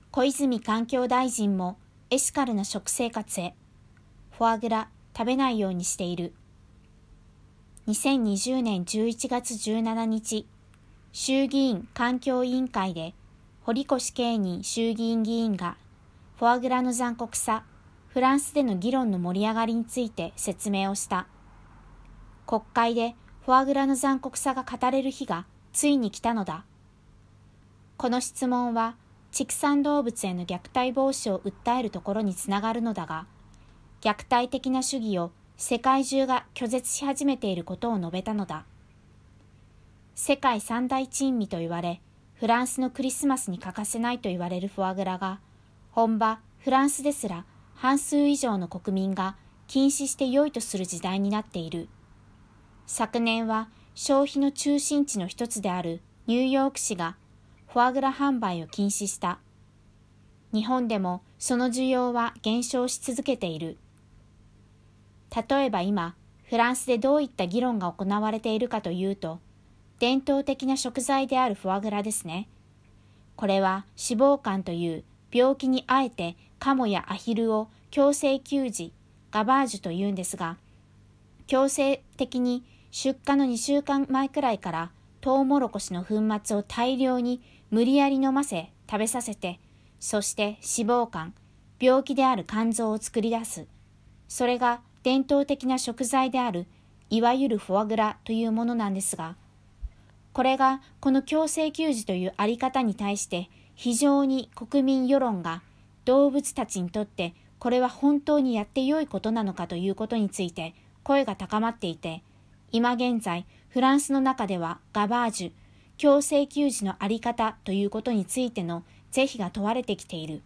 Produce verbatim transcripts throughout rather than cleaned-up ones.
小泉環境大臣もエシカルな食生活へ、フォアグラ食べないようにしている。にせんにじゅうねんじゅういちがつじゅうしちにち、衆議院環境委員会で堀越慶任衆議院議員がフォアグラの残酷さ、フランスでの議論の盛り上がりについて説明をした。国会でフォアグラの残酷さが語れる日がついに来たのだ。この質問は畜産動物への虐待防止を訴えるところにつながるのだが、虐待的な主義を世界中が拒絶し始めていることを述べたのだ。世界三大珍味と言われ、フランスのクリスマスに欠かせないと言われるフォアグラが、本場フランスですら半数以上の国民が禁止して良いとする時代になっている。昨年は消費の中心地の一つであるニューヨーク市がフォアグラ販売を禁止した。日本でもその需要は減少し続けている。例えば今、フランスでどういった議論が行われているかというと、伝統的な食材であるフォアグラですね。これは脂肪肝という病気にあえてカモやアヒルを強制給餌、ガバージュというんですが、強制的に出荷のにしゅうかんまえくらいからトウモロコシの粉末を大量に無理やり飲ませ食べさせて、そして脂肪肝、病気である肝臓を作り出す。それが伝統的な食材であるいわゆるフォアグラというものなんですが、これがこの強制給餌というあり方に対して非常に国民世論が動物たちにとってこれは本当にやってよいことなのかということについて声が高まっていて、今現在フランスの中ではガバージュ、強制給餌のあり方ということについての是非が問われてきている。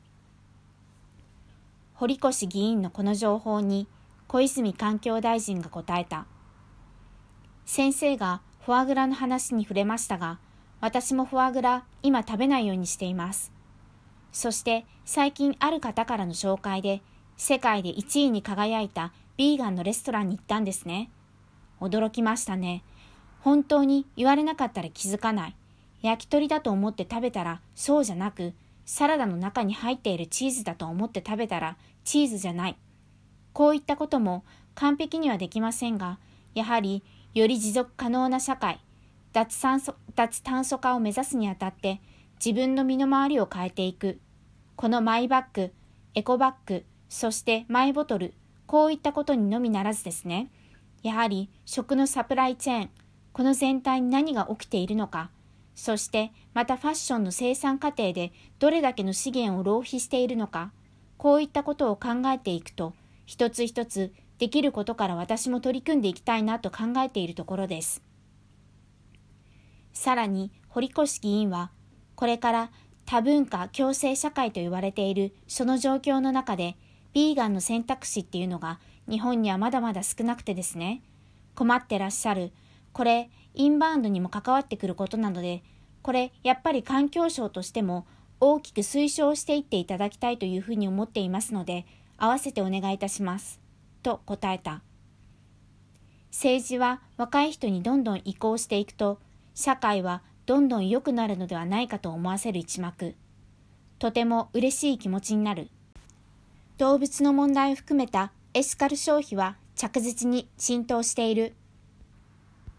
堀越議員のこの情報に小泉環境大臣が答えた。先生がフォアグラの話に触れましたが、私もフォアグラ今食べないようにしています。そして最近ある方からの紹介で世界でいちいに輝いたビーガンのレストランに行ったんですね。驚きましたね。本当に言われなかったら気づかない。焼き鳥だと思って食べたらそうじゃなく、サラダの中に入っているチーズだと思って食べたらチーズじゃない。こういったことも完璧にはできませんが、やはりより持続可能な社会、脱炭素、脱炭素化を目指すにあたって自分の身の回りを変えていく。このマイバッグ、エコバッグ、そしてマイボトル、こういったことにのみならずですね、やはり食のサプライチェーン、この全体に何が起きているのか、そしてまたファッションの生産過程でどれだけの資源を浪費しているのか、こういったことを考えていくと、一つ一つできることから私も取り組んでいきたいなと考えているところです。さらに堀越議員は、これから多文化共生社会と言われているその状況の中で、ビーガンの選択肢っていうのが日本にはまだまだ少なくてですね、困ってらっしゃる。これインバウンドにも関わってくることなので、これやっぱり環境省としても大きく推奨していっていただきたいというふうに思っていますので、合わせてお願いいたします。と答えた。政治は若い人にどんどん移行していくと、社会はどんどん良くなるのではないかと思わせる一幕。とても嬉しい気持ちになる。動物の問題を含めたエシカル消費は着実に浸透している。